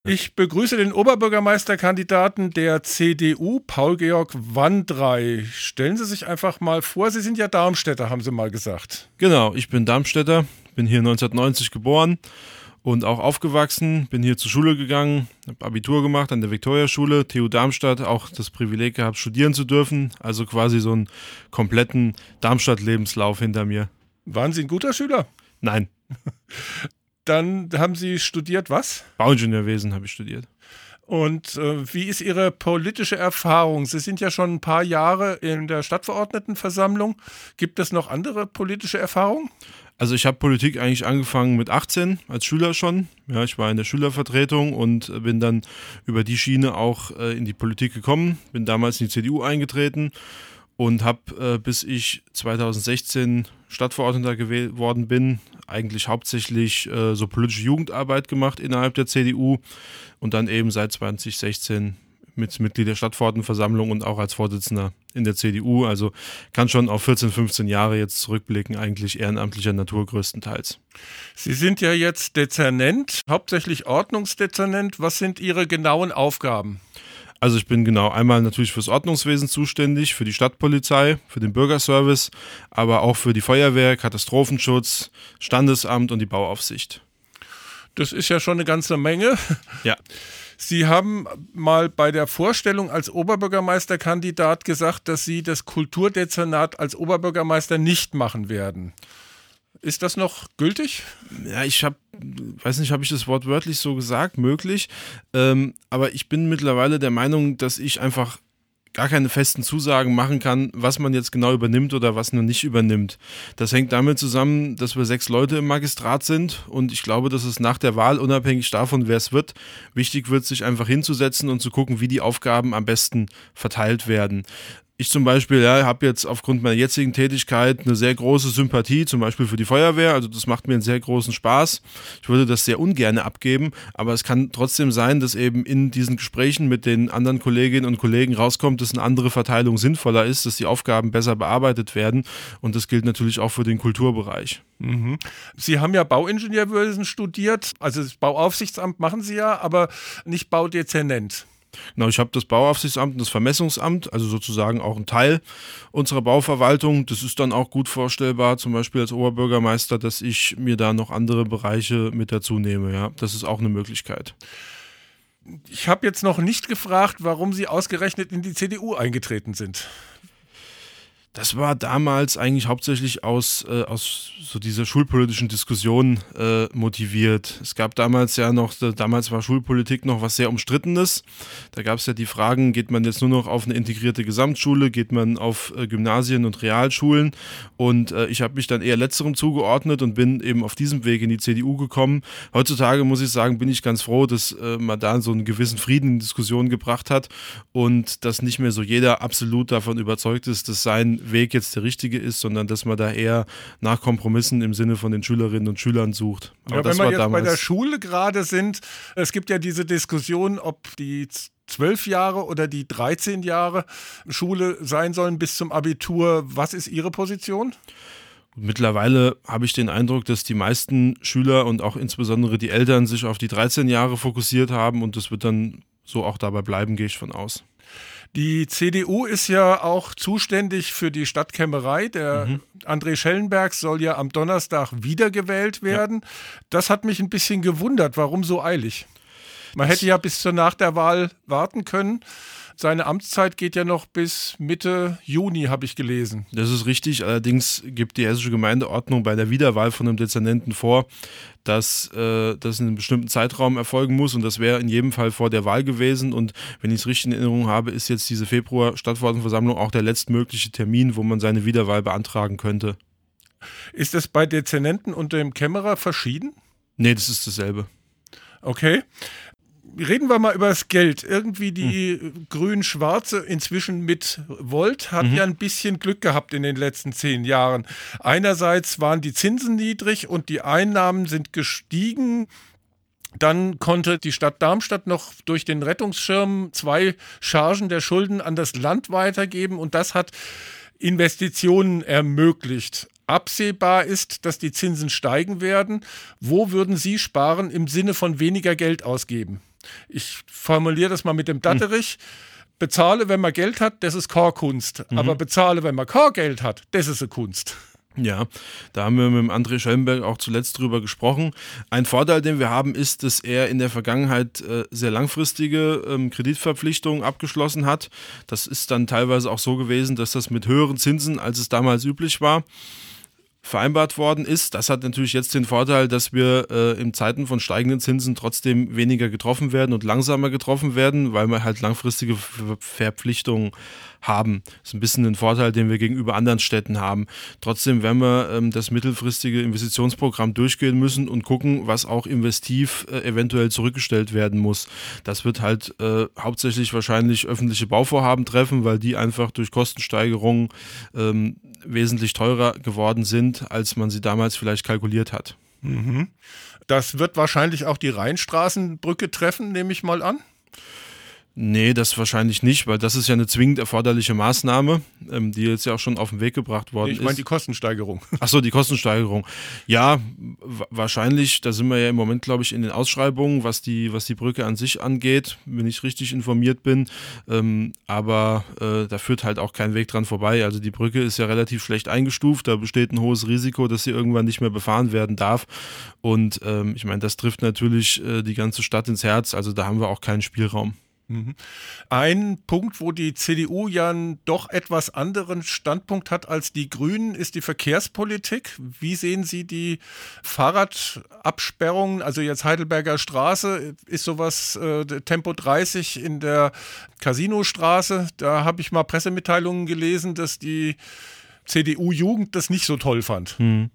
Ich begrüße den Oberbürgermeisterkandidaten der CDU, Paul-Georg Wandrey. Stellen Sie sich einfach mal vor, Sie sind ja Darmstädter, haben Sie mal gesagt. Genau, ich bin Darmstädter, bin hier 1990 geboren und auch aufgewachsen, bin hier zur Schule gegangen, habe Abitur gemacht an der Viktoriaschule, TU Darmstadt, auch das Privileg gehabt, studieren zu dürfen, also quasi so einen kompletten Darmstadt-Lebenslauf hinter mir. Waren Sie ein guter Schüler? Nein. Dann haben Sie studiert was? Bauingenieurwesen habe ich studiert. Und wie ist Ihre politische Erfahrung? Sie sind ja schon ein paar Jahre in der Stadtverordnetenversammlung. Gibt es noch andere politische Erfahrungen? Also ich habe Politik eigentlich angefangen mit 18, als Schüler schon. Ja, ich war in der Schülervertretung und bin dann über die Schiene auch in die Politik gekommen. Bin damals in die CDU eingetreten und habe, bis ich 2016 Stadtverordneter geworden bin, eigentlich hauptsächlich so politische Jugendarbeit gemacht innerhalb der CDU und dann eben seit 2016 mit Mitglied der Stadtverordnetenversammlung und auch als Vorsitzender in der CDU. Also kann schon auf 14, 15 Jahre jetzt zurückblicken, eigentlich ehrenamtlicher Natur größtenteils. Sie sind ja jetzt Dezernent, hauptsächlich Ordnungsdezernent. Was sind Ihre genauen Aufgaben? Also ich bin genau einmal natürlich fürs Ordnungswesen zuständig, für die Stadtpolizei, für den Bürgerservice, aber auch für die Feuerwehr, Katastrophenschutz, Standesamt und die Bauaufsicht. Das ist ja schon eine ganze Menge. Ja. Sie haben mal bei der Vorstellung als Oberbürgermeisterkandidat gesagt, dass Sie das Kulturdezernat als Oberbürgermeister nicht machen werden. Ist das noch gültig? Ja, weiß nicht, habe ich das wortwörtlich so gesagt, möglich. Aber ich bin mittlerweile der Meinung, dass ich einfach gar keine festen Zusagen machen kann, was man jetzt genau übernimmt oder was man nicht übernimmt. Das hängt damit zusammen, dass wir 6 Leute im Magistrat sind und ich glaube, dass es nach der Wahl, unabhängig davon, wer es wird, wichtig wird, sich einfach hinzusetzen und zu gucken, wie die Aufgaben am besten verteilt werden. Ich zum Beispiel habe jetzt aufgrund meiner jetzigen Tätigkeit eine sehr große Sympathie, zum Beispiel für die Feuerwehr. Also das macht mir einen sehr großen Spaß. Ich würde das sehr ungern abgeben, aber es kann trotzdem sein, dass eben in diesen Gesprächen mit den anderen Kolleginnen und Kollegen rauskommt, dass eine andere Verteilung sinnvoller ist, dass die Aufgaben besser bearbeitet werden. Und das gilt natürlich auch für den Kulturbereich. Mhm. Sie haben ja Bauingenieurwesen studiert, also das Bauaufsichtsamt machen Sie ja, aber nicht Baudezernent. Genau, ich habe das Bauaufsichtsamt und das Vermessungsamt, also sozusagen auch ein Teil unserer Bauverwaltung. Das ist dann auch gut vorstellbar, zum Beispiel als Oberbürgermeister, dass ich mir da noch andere Bereiche mit dazu nehme. Ja, das ist auch eine Möglichkeit. Ich habe jetzt noch nicht gefragt, warum Sie ausgerechnet in die CDU eingetreten sind. Das war damals eigentlich hauptsächlich aus so dieser schulpolitischen Diskussion motiviert. Es gab damals damals war Schulpolitik noch was sehr Umstrittenes. Da gab es ja die Fragen, geht man jetzt nur noch auf eine integrierte Gesamtschule, geht man auf Gymnasien und Realschulen? Und ich habe mich dann eher letzterem zugeordnet und bin eben auf diesem Weg in die CDU gekommen. Heutzutage muss ich sagen, bin ich ganz froh, dass man da so einen gewissen Frieden in Diskussionen gebracht hat und dass nicht mehr so jeder absolut davon überzeugt ist, dass sein Weg jetzt der richtige ist, sondern dass man da eher nach Kompromissen im Sinne von den Schülerinnen und Schülern sucht. Aber ja, das wenn wir war jetzt damals bei der Schule gerade sind, es gibt ja diese Diskussion, ob die 12 Jahre oder die 13 Jahre Schule sein sollen bis zum Abitur. Was ist Ihre Position? Mittlerweile habe ich den Eindruck, dass die meisten Schüler und auch insbesondere die Eltern sich auf die 13 Jahre fokussiert haben und das wird dann so auch dabei bleiben, gehe ich von aus. Die CDU ist ja auch zuständig für die Stadtkämmerei. Der André Schellenberg soll ja am Donnerstag wiedergewählt werden. Ja. Das hat mich ein bisschen gewundert. Warum so eilig? Man hätte ja bis zur nach der Wahl warten können. Seine Amtszeit geht ja noch bis Mitte Juni, habe ich gelesen. Das ist richtig. Allerdings gibt die hessische Gemeindeordnung bei der Wiederwahl von einem Dezernenten vor, dass das in einem bestimmten Zeitraum erfolgen muss und das wäre in jedem Fall vor der Wahl gewesen und wenn ich es richtig in Erinnerung habe, ist jetzt diese Februar-Stadtverordnetenversammlung auch der letztmögliche Termin, wo man seine Wiederwahl beantragen könnte. Ist das bei Dezernenten und dem Kämmerer verschieden? Nee, das ist dasselbe. Okay. Reden wir mal über das Geld. Irgendwie die grün-schwarze inzwischen mit Volt hat ja ein bisschen Glück gehabt in den letzten 10 Jahren. Einerseits waren die Zinsen niedrig und die Einnahmen sind gestiegen. Dann konnte die Stadt Darmstadt noch durch den Rettungsschirm 2 Chargen der Schulden an das Land weitergeben und das hat Investitionen ermöglicht. Absehbar ist, dass die Zinsen steigen werden. Wo würden Sie sparen im Sinne von weniger Geld ausgeben? Ich formuliere das mal mit dem Datterich. Bezahle, wenn man Geld hat, das ist keine Kunst. Aber bezahle, wenn man kein Geld hat, das ist eine Kunst. Ja, da haben wir mit dem André Schellenberg auch zuletzt drüber gesprochen. Ein Vorteil, den wir haben, ist, dass er in der Vergangenheit sehr langfristige Kreditverpflichtungen abgeschlossen hat. Das ist dann teilweise auch so gewesen, dass das mit höheren Zinsen, als es damals üblich war, vereinbart worden ist. Das hat natürlich jetzt den Vorteil, dass wir in Zeiten von steigenden Zinsen trotzdem weniger getroffen werden und langsamer getroffen werden, weil wir halt langfristige Verpflichtungen haben. Das ist ein bisschen ein Vorteil, den wir gegenüber anderen Städten haben. Trotzdem werden wir das mittelfristige Investitionsprogramm durchgehen müssen und gucken, was auch investiv eventuell zurückgestellt werden muss. Das wird halt hauptsächlich wahrscheinlich öffentliche Bauvorhaben treffen, weil die einfach durch Kostensteigerungen wesentlich teurer geworden sind, als man sie damals vielleicht kalkuliert hat. Das wird wahrscheinlich auch die Rheinstraßenbrücke treffen, nehme ich mal an. Nee, das wahrscheinlich nicht, weil das ist ja eine zwingend erforderliche Maßnahme, die jetzt ja auch schon auf den Weg gebracht worden ist. Ich meine die Kostensteigerung. Achso, die Kostensteigerung. Ja, wahrscheinlich, da sind wir ja im Moment, glaube ich, in den Ausschreibungen, was die Brücke an sich angeht, wenn ich richtig informiert bin. Aber da führt halt auch kein Weg dran vorbei. Also die Brücke ist ja relativ schlecht eingestuft, da besteht ein hohes Risiko, dass sie irgendwann nicht mehr befahren werden darf. Und ich meine, das trifft natürlich die ganze Stadt ins Herz, also da haben wir auch keinen Spielraum. Ein Punkt, wo die CDU ja einen doch etwas anderen Standpunkt hat als die Grünen, ist die Verkehrspolitik. Wie sehen Sie die Fahrradabsperrungen? Also jetzt Heidelberger Straße, ist sowas Tempo 30 in der Casinostraße? Da habe ich mal Pressemitteilungen gelesen, dass die CDU-Jugend das nicht so toll fand.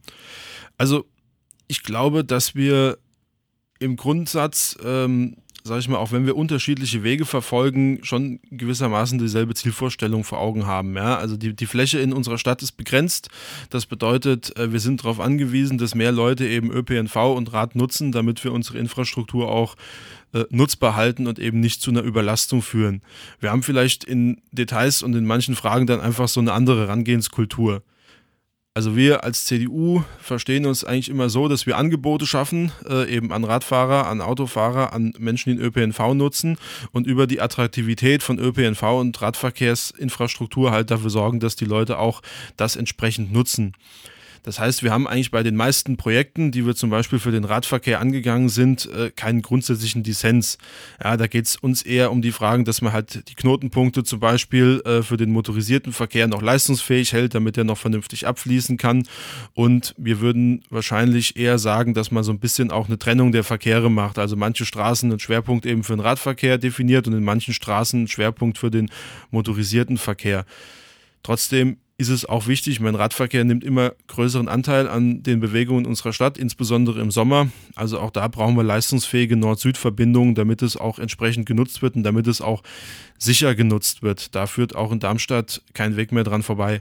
Also ich glaube, dass wir im Grundsatz sage ich mal, auch wenn wir unterschiedliche Wege verfolgen, schon gewissermaßen dieselbe Zielvorstellung vor Augen haben. Ja? Also die Fläche in unserer Stadt ist begrenzt. Das bedeutet, wir sind darauf angewiesen, dass mehr Leute eben ÖPNV und Rad nutzen, damit wir unsere Infrastruktur auch nutzbar halten und eben nicht zu einer Überlastung führen. Wir haben vielleicht in Details und in manchen Fragen dann einfach so eine andere Herangehenskultur. Also wir als CDU verstehen uns eigentlich immer so, dass wir Angebote schaffen, eben an Radfahrer, an Autofahrer, an Menschen, die den ÖPNV nutzen und über die Attraktivität von ÖPNV und Radverkehrsinfrastruktur halt dafür sorgen, dass die Leute auch das entsprechend nutzen. Das heißt, wir haben eigentlich bei den meisten Projekten, die wir zum Beispiel für den Radverkehr angegangen sind, keinen grundsätzlichen Dissens. Ja, da geht es uns eher um die Fragen, dass man halt die Knotenpunkte zum Beispiel für den motorisierten Verkehr noch leistungsfähig hält, damit er noch vernünftig abfließen kann. Und wir würden wahrscheinlich eher sagen, dass man so ein bisschen auch eine Trennung der Verkehre macht. Also manche Straßen einen Schwerpunkt eben für den Radverkehr definiert und in manchen Straßen einen Schwerpunkt für den motorisierten Verkehr. Trotzdem ist es auch wichtig, mein Radverkehr nimmt immer größeren Anteil an den Bewegungen unserer Stadt, insbesondere im Sommer. Also auch da brauchen wir leistungsfähige Nord-Süd-Verbindungen, damit es auch entsprechend genutzt wird und damit es auch sicher genutzt wird. Da führt auch in Darmstadt kein Weg mehr dran vorbei.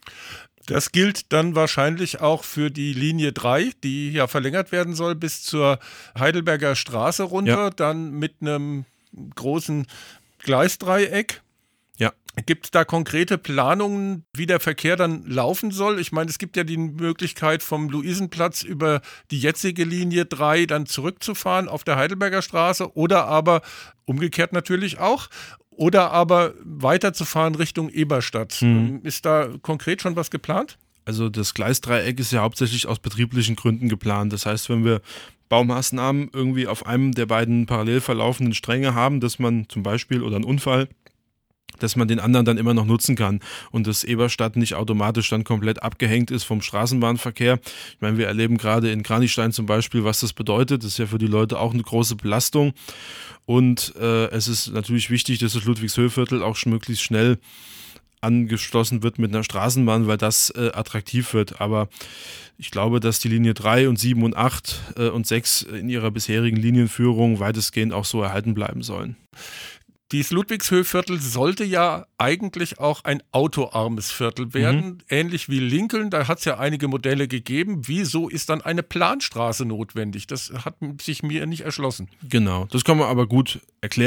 Das gilt dann wahrscheinlich auch für die Linie 3, die ja verlängert werden soll bis zur Heidelberger Straße runter, dann mit einem großen Gleisdreieck. Ja. Gibt es da konkrete Planungen, wie der Verkehr dann laufen soll? Ich meine, es gibt ja die Möglichkeit, vom Luisenplatz über die jetzige Linie 3 dann zurückzufahren auf der Heidelberger Straße oder aber umgekehrt natürlich auch. Oder aber weiterzufahren Richtung Eberstadt. Ist da konkret schon was geplant? Also das Gleisdreieck ist ja hauptsächlich aus betrieblichen Gründen geplant. Das heißt, wenn wir Baumaßnahmen irgendwie auf einem der beiden parallel verlaufenden Stränge haben, dass man zum Beispiel oder einen Unfall, dass man den anderen dann immer noch nutzen kann und dass Eberstadt nicht automatisch dann komplett abgehängt ist vom Straßenbahnverkehr. Ich meine, wir erleben gerade in Kranichstein zum Beispiel, was das bedeutet. Das ist ja für die Leute auch eine große Belastung und es ist natürlich wichtig, dass das Ludwigshöhviertel auch möglichst schnell angeschlossen wird mit einer Straßenbahn, weil das attraktiv wird. Aber ich glaube, dass die Linie 3 und 7 und 8 und 6 in ihrer bisherigen Linienführung weitestgehend auch so erhalten bleiben sollen. Dieses Ludwigshöhviertel sollte ja eigentlich auch ein autoarmes Viertel werden, ähnlich wie Lincoln. Da hat es ja einige Modelle gegeben. Wieso ist dann eine Planstraße notwendig? Das hat sich mir nicht erschlossen. Genau, das kann man aber gut erklären.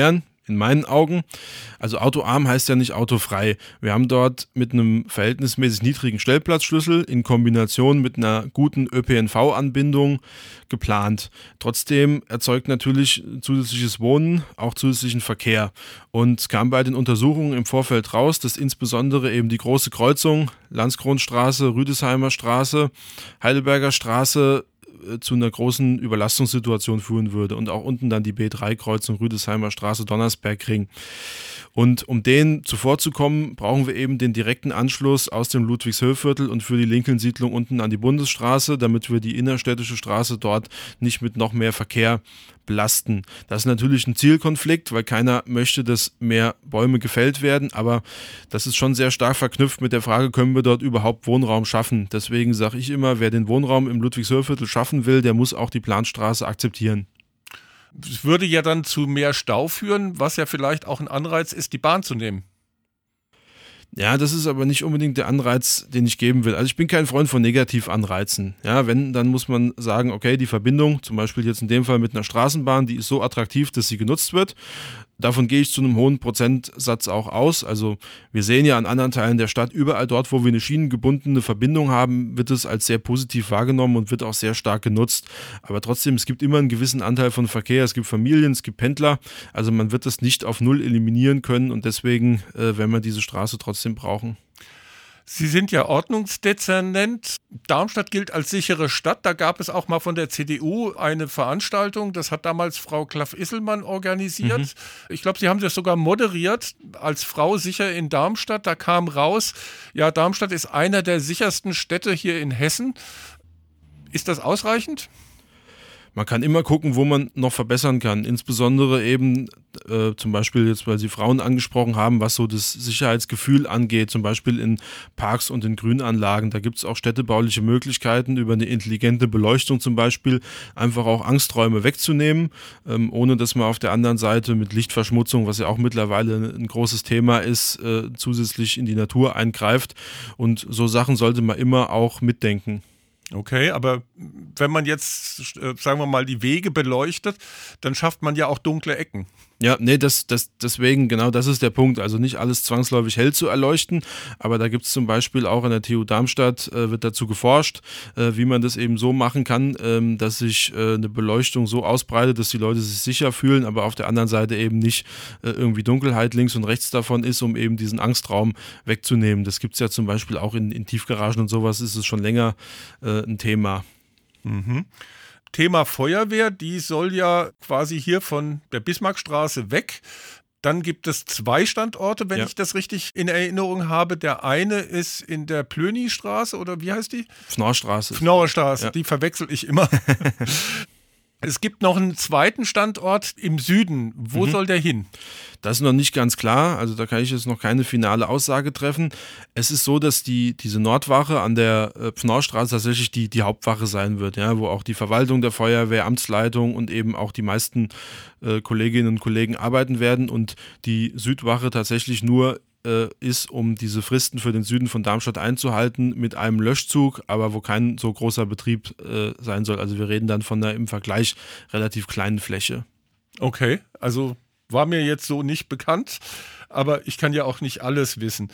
in meinen Augen. Also autoarm heißt ja nicht autofrei. Wir haben dort mit einem verhältnismäßig niedrigen Stellplatzschlüssel in Kombination mit einer guten ÖPNV-Anbindung geplant. Trotzdem erzeugt natürlich zusätzliches Wohnen auch zusätzlichen Verkehr. Und es kam bei den Untersuchungen im Vorfeld raus, dass insbesondere eben die große Kreuzung, Landskronstraße, Rüdesheimer Straße, Heidelberger Straße, zu einer großen Überlastungssituation führen würde und auch unten dann die B3-Kreuzung Rüdesheimer Straße, Donnersbergring. Und um denen zuvorzukommen, brauchen wir eben den direkten Anschluss aus dem Ludwigshöhviertel und für die Lincoln-Siedlung unten an die Bundesstraße, damit wir die innerstädtische Straße dort nicht mit noch mehr Verkehr belasten. Das ist natürlich ein Zielkonflikt, weil keiner möchte, dass mehr Bäume gefällt werden, aber das ist schon sehr stark verknüpft mit der Frage, können wir dort überhaupt Wohnraum schaffen? Deswegen sage ich immer, wer den Wohnraum im Ludwigshöhviertel schaffen will, der muss auch die Planstraße akzeptieren. Es würde ja dann zu mehr Stau führen, was ja vielleicht auch ein Anreiz ist, die Bahn zu nehmen. Ja, das ist aber nicht unbedingt der Anreiz, den ich geben will. Also ich bin kein Freund von Negativanreizen. Ja, wenn, dann muss man sagen, okay, die Verbindung, zum Beispiel jetzt in dem Fall mit einer Straßenbahn, die ist so attraktiv, dass sie genutzt wird. Davon gehe ich zu einem hohen Prozentsatz auch aus. Also wir sehen ja an anderen Teilen der Stadt, überall dort, wo wir eine schienengebundene Verbindung haben, wird es als sehr positiv wahrgenommen und wird auch sehr stark genutzt. Aber trotzdem, es gibt immer einen gewissen Anteil von Verkehr, es gibt Familien, es gibt Pendler. Also man wird das nicht auf Null eliminieren können und deswegen werden wir diese Straße trotzdem brauchen. Sie sind ja Ordnungsdezernent. Darmstadt gilt als sichere Stadt. Da gab es auch mal von der CDU eine Veranstaltung. Das hat damals Frau Klaff-Isselmann organisiert. Ich glaube, Sie haben das sogar moderiert, als Frau sicher in Darmstadt. Da kam raus, ja, Darmstadt ist einer der sichersten Städte hier in Hessen. Ist das ausreichend? Man kann immer gucken, wo man noch verbessern kann. Insbesondere eben zum Beispiel jetzt, weil Sie Frauen angesprochen haben, was so das Sicherheitsgefühl angeht, zum Beispiel in Parks und in Grünanlagen. Da gibt es auch städtebauliche Möglichkeiten, über eine intelligente Beleuchtung zum Beispiel einfach auch Angsträume wegzunehmen, ohne dass man auf der anderen Seite mit Lichtverschmutzung, was ja auch mittlerweile ein großes Thema ist, zusätzlich in die Natur eingreift. Und so Sachen sollte man immer auch mitdenken. Okay, aber wenn man jetzt, sagen wir mal, die Wege beleuchtet, dann schafft man ja auch dunkle Ecken. Ja, nee, deswegen, genau, das ist der Punkt. Also nicht alles zwangsläufig hell zu erleuchten, aber da gibt es zum Beispiel auch an der TU Darmstadt, wird dazu geforscht, wie man das eben so machen kann, dass sich eine Beleuchtung so ausbreitet, dass die Leute sich sicher fühlen, aber auf der anderen Seite eben nicht irgendwie Dunkelheit links und rechts davon ist, um eben diesen Angstraum wegzunehmen. Das gibt es ja zum Beispiel auch in Tiefgaragen und sowas, ist es schon länger ein Thema. Mhm. Thema Feuerwehr, die soll ja quasi hier von der Bismarckstraße weg. Dann gibt es 2 Standorte, wenn ich das richtig in Erinnerung habe. Der eine ist in der Plöny-Straße oder wie heißt die? Fnorrstraße. Fnorrstraße, ja. Die verwechsel ich immer. Es gibt noch einen zweiten Standort im Süden. Wo soll der hin? Das ist noch nicht ganz klar, also da kann ich jetzt noch keine finale Aussage treffen. Es ist so, dass diese Nordwache an der Pfnorrstraße tatsächlich die Hauptwache sein wird, ja, wo auch die Verwaltung der Feuerwehr, Amtsleitung und eben auch die meisten Kolleginnen und Kollegen arbeiten werden und die Südwache tatsächlich nur ist, um diese Fristen für den Süden von Darmstadt einzuhalten, mit einem Löschzug, aber wo kein so großer Betrieb sein soll. Also wir reden dann von einer im Vergleich relativ kleinen Fläche. Okay, also war mir jetzt so nicht bekannt, aber ich kann ja auch nicht alles wissen.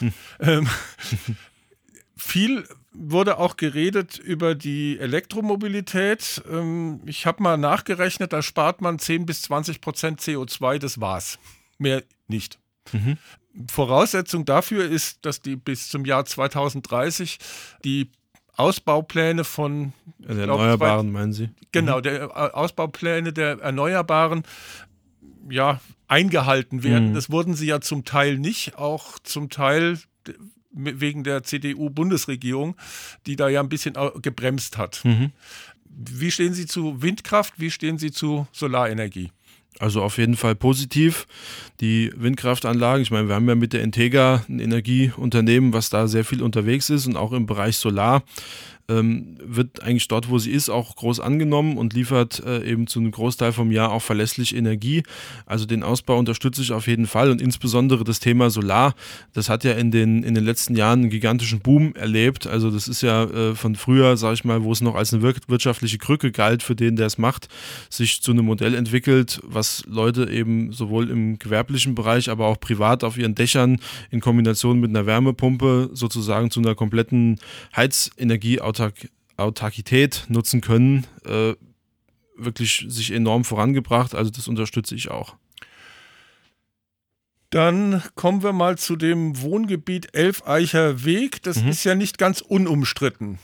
Viel wurde auch geredet über die Elektromobilität. Ich habe mal nachgerechnet, da spart man 10-20% CO2, das war's. Mehr nicht. Voraussetzung dafür ist, dass die bis zum Jahr 2030 die Ausbaupläne von der Erneuerbaren, meinen Sie? Genau, der Ausbaupläne der Erneuerbaren eingehalten werden. Das wurden sie ja zum Teil nicht, auch zum Teil wegen der CDU-Bundesregierung, die da ja ein bisschen gebremst hat. Wie stehen Sie zu Windkraft? Wie stehen Sie zu Solarenergie? Also auf jeden Fall positiv. Die Windkraftanlagen, ich meine, wir haben ja mit der Integra ein Energieunternehmen, was da sehr viel unterwegs ist und auch im Bereich Solar wird eigentlich dort, wo sie ist, auch groß angenommen und liefert eben zu einem Großteil vom Jahr auch verlässlich Energie. Also den Ausbau unterstütze ich auf jeden Fall und insbesondere das Thema Solar, das hat ja in den letzten Jahren einen gigantischen Boom erlebt. Also das ist ja von früher, sage ich mal, wo es noch als eine wirtschaftliche Krücke galt für den, der es macht, sich zu einem Modell entwickelt, was Leute eben sowohl im gewerblichen Bereich, aber auch privat auf ihren Dächern in Kombination mit einer Wärmepumpe sozusagen zu einer kompletten Heizenergieautarkität nutzen können, wirklich sich enorm vorangebracht. Also das unterstütze ich auch. Dann kommen wir mal zu dem Wohngebiet Elfeicher Weg. Das ist ja nicht ganz unumstritten.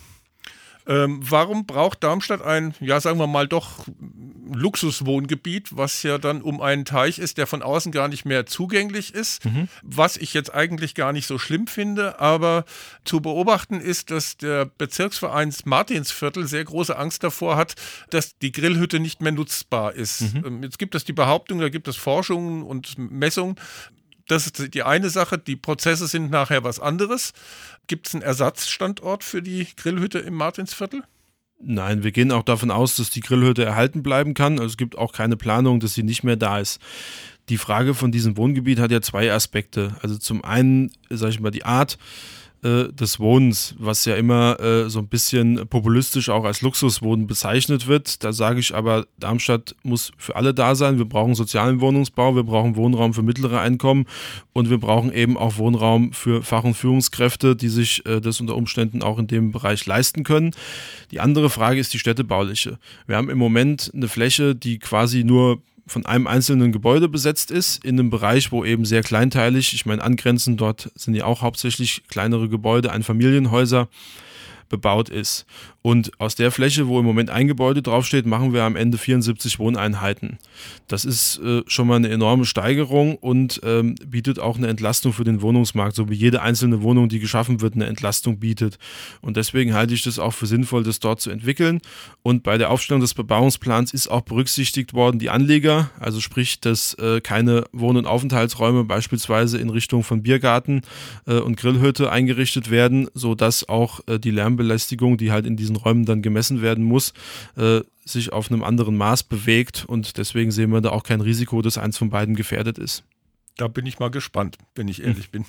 Warum braucht Darmstadt ein, ja sagen wir mal doch, Luxuswohngebiet, was ja dann um einen Teich ist, der von außen gar nicht mehr zugänglich ist, was ich jetzt eigentlich gar nicht so schlimm finde, aber zu beobachten ist, dass der Bezirksverein Martinsviertel sehr große Angst davor hat, dass die Grillhütte nicht mehr nutzbar ist. Jetzt gibt es die Behauptung, da gibt es Forschungen und Messungen. Das ist die eine Sache, die Prozesse sind nachher was anderes. Gibt es einen Ersatzstandort für die Grillhütte im Martinsviertel? Nein, wir gehen auch davon aus, dass die Grillhütte erhalten bleiben kann. Also es gibt auch keine Planung, dass sie nicht mehr da ist. Die Frage von diesem Wohngebiet hat ja zwei Aspekte. Also zum einen, sage ich mal, die Art des Wohnens, was ja immer so ein bisschen populistisch auch als Luxuswohnen bezeichnet wird. Da sage ich aber, Darmstadt muss für alle da sein. Wir brauchen sozialen Wohnungsbau, wir brauchen Wohnraum für mittlere Einkommen und wir brauchen eben auch Wohnraum für Fach- und Führungskräfte, die sich das unter Umständen auch in dem Bereich leisten können. Die andere Frage ist die städtebauliche. Wir haben im Moment eine Fläche, die quasi nur von einem einzelnen Gebäude besetzt ist, in einem Bereich, wo eben sehr kleinteilig, ich meine angrenzend, dort sind ja auch hauptsächlich kleinere Gebäude, Einfamilienhäuser bebaut ist. Und aus der Fläche, wo im Moment ein Gebäude draufsteht, machen wir am Ende 74 Wohneinheiten. Das ist schon mal eine enorme Steigerung und bietet auch eine Entlastung für den Wohnungsmarkt, so wie jede einzelne Wohnung, die geschaffen wird, eine Entlastung bietet. Und deswegen halte ich das auch für sinnvoll, das dort zu entwickeln. Und bei der Aufstellung des Bebauungsplans ist auch berücksichtigt worden, die Anleger, also sprich, dass keine Wohn- und Aufenthaltsräume beispielsweise in Richtung von Biergarten und Grillhütte eingerichtet werden, sodass auch die Lärmbelästigung, die halt in diesen Räumen dann gemessen werden muss, sich auf einem anderen Maß bewegt und deswegen sehen wir da auch kein Risiko, dass eins von beiden gefährdet ist. Da bin ich mal gespannt, wenn ich ehrlich bin.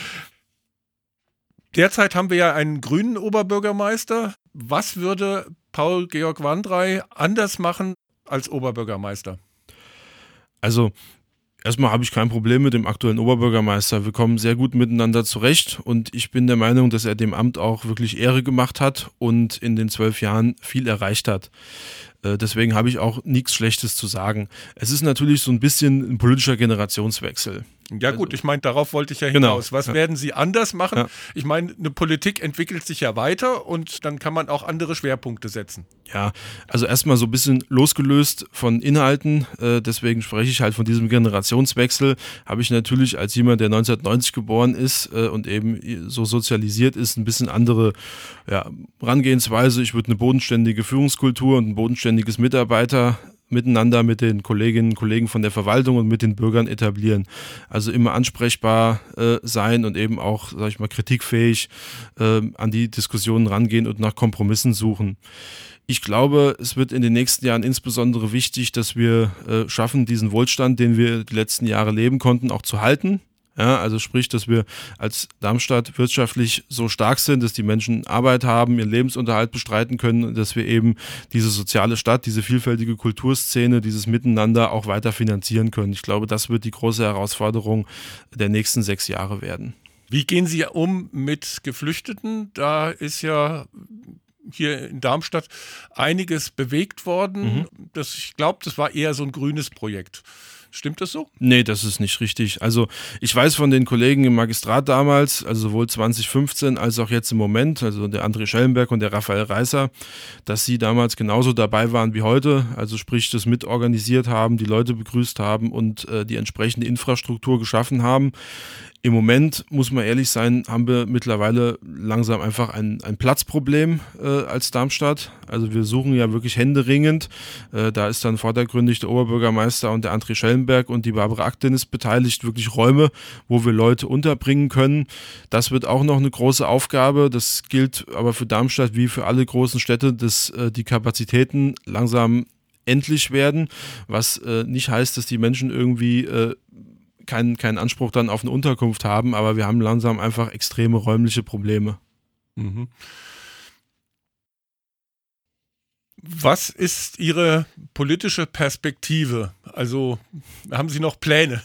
Derzeit haben wir ja einen grünen Oberbürgermeister. Was würde Paul-Georg Wandrey anders machen als Oberbürgermeister? Also erstmal habe ich kein Problem mit dem aktuellen Oberbürgermeister. Wir kommen sehr gut miteinander zurecht und ich bin der Meinung, dass er dem Amt auch wirklich Ehre gemacht hat und in den 12 Jahren viel erreicht hat. Deswegen habe ich auch nichts Schlechtes zu sagen. Es ist natürlich so ein bisschen ein politischer Generationswechsel. Ja gut, ich meine, darauf wollte ich ja hinaus. Was werden Sie anders machen? Ja. Ich meine, eine Politik entwickelt sich ja weiter und dann kann man auch andere Schwerpunkte setzen. Ja, also erstmal so ein bisschen losgelöst von Inhalten, deswegen spreche ich halt von diesem Generationswechsel, habe ich natürlich als jemand, der 1990 geboren ist und eben so sozialisiert ist, ein bisschen andere Herangehensweise. Ich würde eine bodenständige Führungskultur und ein bodenständiges Mitarbeiter miteinander mit den Kolleginnen und Kollegen von der Verwaltung und mit den Bürgern etablieren. Also immer ansprechbar sein und eben auch, sag ich mal, kritikfähig an die Diskussionen rangehen und nach Kompromissen suchen. Ich glaube, es wird in den nächsten Jahren insbesondere wichtig, dass wir schaffen, diesen Wohlstand, den wir die letzten Jahre leben konnten, auch zu halten. Ja, also sprich, dass wir als Darmstadt wirtschaftlich so stark sind, dass die Menschen Arbeit haben, ihren Lebensunterhalt bestreiten können und dass wir eben diese soziale Stadt, diese vielfältige Kulturszene, dieses Miteinander auch weiter finanzieren können. Ich glaube, das wird die große Herausforderung der nächsten 6 Jahre werden. Wie gehen Sie um mit Geflüchteten? Da ist ja hier in Darmstadt einiges bewegt worden. Ich glaube, das war eher so ein grünes Projekt. Stimmt das so? Nee, das ist nicht richtig. Also ich weiß von den Kollegen im Magistrat damals, also sowohl 2015 als auch jetzt im Moment, also der André Schellenberg und der Raphael Reißer, dass sie damals genauso dabei waren wie heute, also sprich das mitorganisiert haben, die Leute begrüßt haben und die entsprechende Infrastruktur geschaffen haben. Im Moment, muss man ehrlich sein, haben wir mittlerweile langsam einfach ein Platzproblem als Darmstadt. Also wir suchen ja wirklich händeringend. Da ist dann vordergründig der Oberbürgermeister und der André Schellenberg und die Barbara Aktenis beteiligt, wirklich Räume, wo wir Leute unterbringen können. Das wird auch noch eine große Aufgabe. Das gilt aber für Darmstadt wie für alle großen Städte, dass die Kapazitäten langsam endlich werden, was nicht heißt, dass die Menschen irgendwie keinen Anspruch dann auf eine Unterkunft haben, aber wir haben langsam einfach extreme räumliche Probleme. Mhm. Was ist Ihre politische Perspektive? Also haben Sie noch Pläne?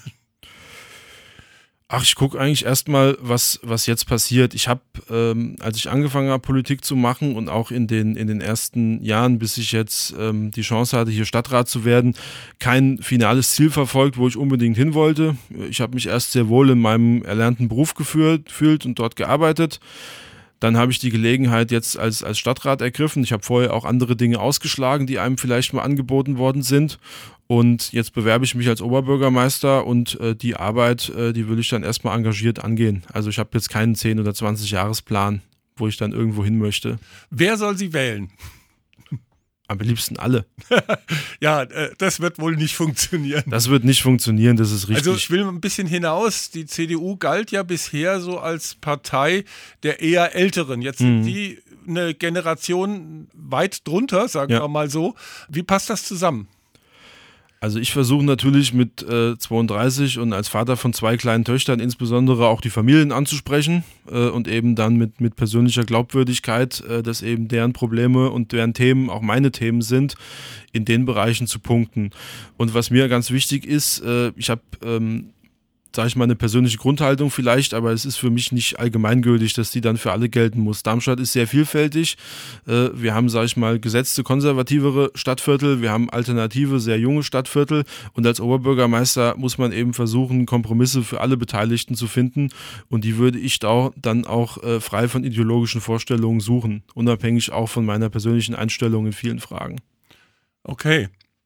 Ach, ich gucke eigentlich erstmal, was jetzt passiert. Ich habe, als ich angefangen habe, Politik zu machen und auch in den ersten Jahren, bis ich jetzt die Chance hatte, hier Stadtrat zu werden, kein finales Ziel verfolgt, wo ich unbedingt hin wollte. Ich habe mich erst sehr wohl in meinem erlernten Beruf gefühlt und dort gearbeitet. Dann habe ich die Gelegenheit jetzt als Stadtrat ergriffen. Ich habe vorher auch andere Dinge ausgeschlagen, die einem vielleicht mal angeboten worden sind. Und jetzt bewerbe ich mich als Oberbürgermeister und die Arbeit, die will ich dann erstmal engagiert angehen. Also ich habe jetzt keinen 10- oder 20-Jahres-Plan, wo ich dann irgendwo hin möchte. Wer soll Sie wählen? Am liebsten alle. Ja, das wird wohl nicht funktionieren. Das wird nicht funktionieren, das ist richtig. Also ich will ein bisschen hinaus. Die CDU galt ja bisher so als Partei der eher Älteren. Jetzt sind die eine Generation weit drunter, sagen wir mal so. Wie passt das zusammen? Also ich versuche natürlich mit 32 und als Vater von 2 kleinen Töchtern insbesondere auch die Familien anzusprechen und eben dann mit persönlicher Glaubwürdigkeit, dass eben deren Probleme und deren Themen auch meine Themen sind, in den Bereichen zu punkten. Und was mir ganz wichtig ist, ich habe sage ich mal, eine persönliche Grundhaltung vielleicht, aber es ist für mich nicht allgemeingültig, dass die dann für alle gelten muss. Darmstadt ist sehr vielfältig. Wir haben, sage ich mal, gesetzte, konservativere Stadtviertel, wir haben alternative, sehr junge Stadtviertel und als Oberbürgermeister muss man eben versuchen, Kompromisse für alle Beteiligten zu finden und die würde ich dann auch frei von ideologischen Vorstellungen suchen, unabhängig auch von meiner persönlichen Einstellung in vielen Fragen. Okay.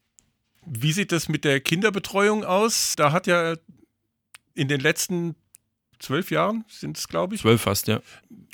Wie sieht das mit der Kinderbetreuung aus? Da hat ja in den letzten 12 Jahren, sind es glaube ich. 12 fast, ja.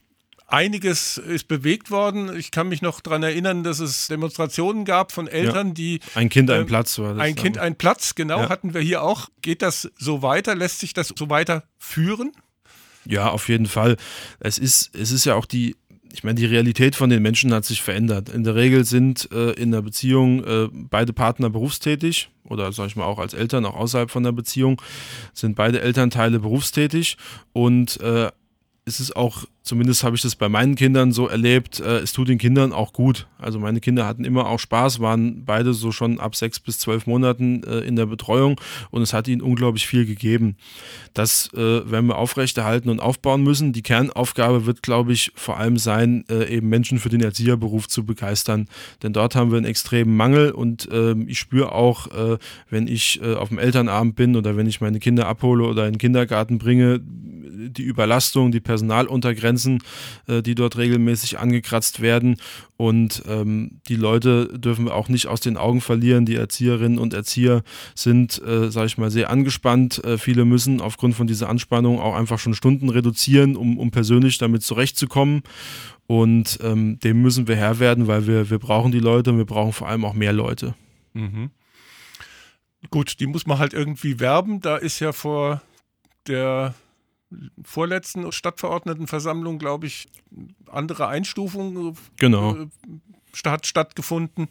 Einiges ist bewegt worden. Ich kann mich noch daran erinnern, dass es Demonstrationen gab von Eltern, die... Ein Kind, ein Platz war das. Ein Kind, ein Platz, genau, hatten wir hier auch. Geht das so weiter? Lässt sich das so weiter führen? Ja, auf jeden Fall. Es ist ja auch die Realität von den Menschen hat sich verändert. In der Regel sind in der Beziehung beide Partner berufstätig oder sage ich mal auch als Eltern, auch außerhalb von der Beziehung, sind beide Elternteile berufstätig und es ist auch, zumindest habe ich das bei meinen Kindern so erlebt, es tut den Kindern auch gut. Also meine Kinder hatten immer auch Spaß, waren beide so schon ab 6 bis 12 Monaten in der Betreuung und es hat ihnen unglaublich viel gegeben. Das werden wir aufrechterhalten und aufbauen müssen. Die Kernaufgabe wird, glaube ich, vor allem sein, eben Menschen für den Erzieherberuf zu begeistern. Denn dort haben wir einen extremen Mangel und ich spüre auch, wenn ich auf dem Elternabend bin oder wenn ich meine Kinder abhole oder in den Kindergarten bringe, die Überlastung, die Personaluntergrenzen, die dort regelmäßig angekratzt werden und die Leute dürfen wir auch nicht aus den Augen verlieren. Die Erzieherinnen und Erzieher sind, sage ich mal, sehr angespannt. Viele müssen aufgrund von dieser Anspannung auch einfach schon Stunden reduzieren, um persönlich damit zurechtzukommen und dem müssen wir Herr werden, weil wir brauchen die Leute und wir brauchen vor allem auch mehr Leute. Mhm. Gut, die muss man halt irgendwie werben. Da ist ja vor der vorletzten Stadtverordnetenversammlung, glaube ich, andere Einstufung hat stattgefunden.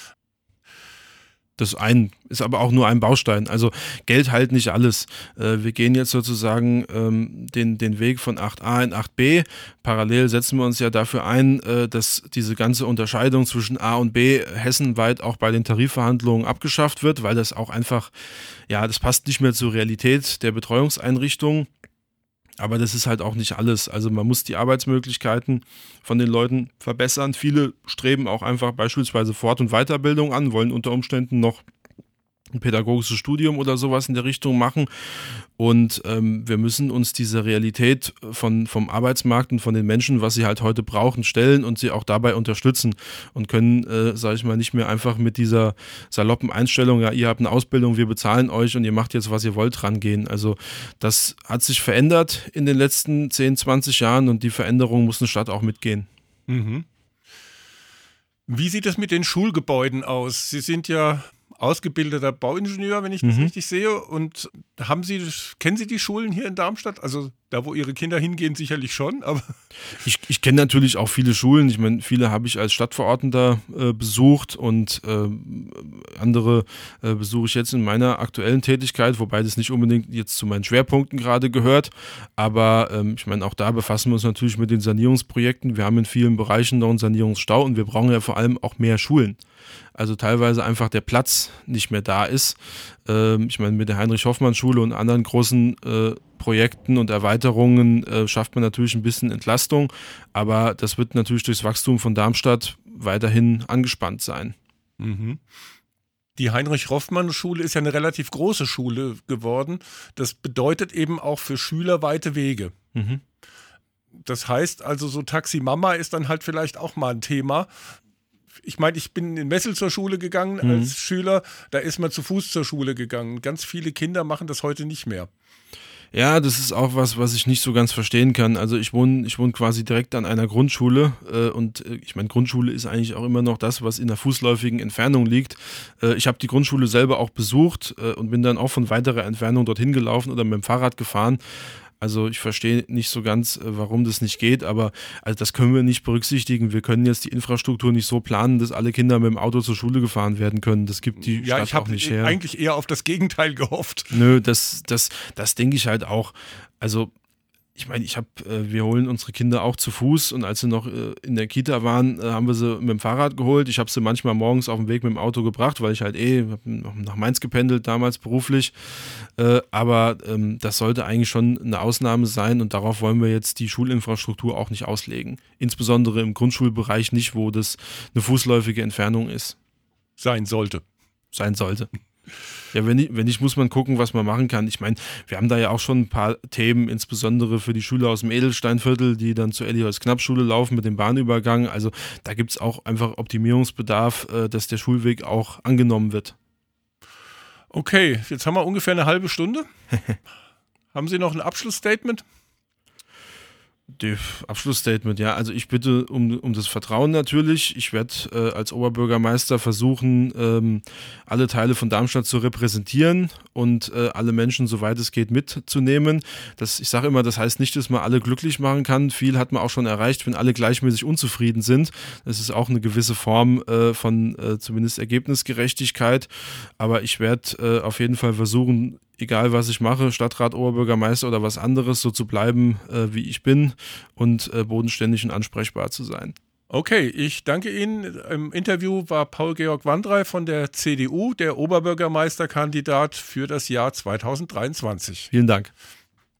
Das ist aber auch nur ein Baustein. Also Geld heilt nicht alles. Wir gehen jetzt sozusagen den Weg von 8a in 8b. Parallel setzen wir uns ja dafür ein, dass diese ganze Unterscheidung zwischen A und B hessenweit auch bei den Tarifverhandlungen abgeschafft wird, weil das auch einfach, das passt nicht mehr zur Realität der Betreuungseinrichtungen. Aber das ist halt auch nicht alles. Also man muss die Arbeitsmöglichkeiten von den Leuten verbessern. Viele streben auch einfach beispielsweise Fort- und Weiterbildung an, wollen unter Umständen noch ein pädagogisches Studium oder sowas in der Richtung machen. Und wir müssen uns dieser Realität vom Arbeitsmarkt und von den Menschen, was sie halt heute brauchen, stellen und sie auch dabei unterstützen und können, sage ich mal, nicht mehr einfach mit dieser saloppen Einstellung, ja, ihr habt eine Ausbildung, wir bezahlen euch und ihr macht jetzt, was ihr wollt, rangehen. Also das hat sich verändert in den letzten 10, 20 Jahren und die Veränderung muss eine Stadt auch mitgehen. Mhm. Wie sieht es mit den Schulgebäuden aus? Sie sind ja ausgebildeter Bauingenieur, wenn ich das richtig sehe. Und kennen Sie die Schulen hier in Darmstadt? Also da, wo Ihre Kinder hingehen, sicherlich schon, aber Ich kenne natürlich auch viele Schulen. Ich meine, viele habe ich als Stadtverordneter besucht und andere besuche ich jetzt in meiner aktuellen Tätigkeit, wobei das nicht unbedingt jetzt zu meinen Schwerpunkten gerade gehört. Aber ich meine, auch da befassen wir uns natürlich mit den Sanierungsprojekten. Wir haben in vielen Bereichen noch einen Sanierungsstau und wir brauchen ja vor allem auch mehr Schulen. Also teilweise einfach der Platz nicht mehr da ist. Ich meine, mit der Heinrich-Hoffmann-Schule und anderen großen Projekten und Erweiterungen schafft man natürlich ein bisschen Entlastung, aber das wird natürlich durchs Wachstum von Darmstadt weiterhin angespannt sein. Mhm. Die Heinrich-Hoffmann-Schule ist ja eine relativ große Schule geworden. Das bedeutet eben auch für Schüler weite Wege. Mhm. Das heißt also, so Taxi-Mama ist dann halt vielleicht auch mal ein Thema. Ich meine, ich bin in Messel zur Schule gegangen als Schüler, da ist man zu Fuß zur Schule gegangen. Ganz viele Kinder machen das heute nicht mehr. Ja, das ist auch was ich nicht so ganz verstehen kann. Also ich wohne quasi direkt an einer Grundschule und ich meine, Grundschule ist eigentlich auch immer noch das, was in der fußläufigen Entfernung liegt. Ich habe die Grundschule selber auch besucht und bin dann auch von weiterer Entfernung dorthin gelaufen oder mit dem Fahrrad gefahren. Also ich verstehe nicht so ganz, warum das nicht geht, aber also das können wir nicht berücksichtigen. Wir können jetzt die Infrastruktur nicht so planen, dass alle Kinder mit dem Auto zur Schule gefahren werden können. Das gibt die Stadt auch nicht her. Ich habe eigentlich eher auf das Gegenteil gehofft. Nö, das denke ich halt auch. Also ich meine, wir holen unsere Kinder auch zu Fuß und als sie noch in der Kita waren, haben wir sie mit dem Fahrrad geholt. Ich habe sie manchmal morgens auf dem Weg mit dem Auto gebracht, weil ich halt nach Mainz gependelt, damals beruflich. Aber das sollte eigentlich schon eine Ausnahme sein und darauf wollen wir jetzt die Schulinfrastruktur auch nicht auslegen. Insbesondere im Grundschulbereich nicht, wo das eine fußläufige Entfernung ist. Sein sollte. Ja, wenn nicht, muss man gucken, was man machen kann. Ich meine, wir haben da ja auch schon ein paar Themen, insbesondere für die Schüler aus dem Edelsteinviertel, die dann zur Elli-Holz-Knapp-Schule laufen mit dem Bahnübergang. Also da gibt es auch einfach Optimierungsbedarf, dass der Schulweg auch angenommen wird. Okay, jetzt haben wir ungefähr eine halbe Stunde. Haben Sie noch ein Abschlussstatement? Abschlussstatement, ja. Also ich bitte um das Vertrauen natürlich. Ich werde als Oberbürgermeister versuchen, alle Teile von Darmstadt zu repräsentieren und alle Menschen, soweit es geht, mitzunehmen. Ich sage immer, das heißt nicht, dass man alle glücklich machen kann. Viel hat man auch schon erreicht, wenn alle gleichmäßig unzufrieden sind. Das ist auch eine gewisse Form von zumindest Ergebnisgerechtigkeit. Aber ich werde auf jeden Fall versuchen, egal was ich mache, Stadtrat, Oberbürgermeister oder was anderes, so zu bleiben, wie ich bin und bodenständig und ansprechbar zu sein. Okay, ich danke Ihnen. Im Interview war Paul-Georg Wandrey von der CDU, der Oberbürgermeisterkandidat für das Jahr 2023. Vielen Dank.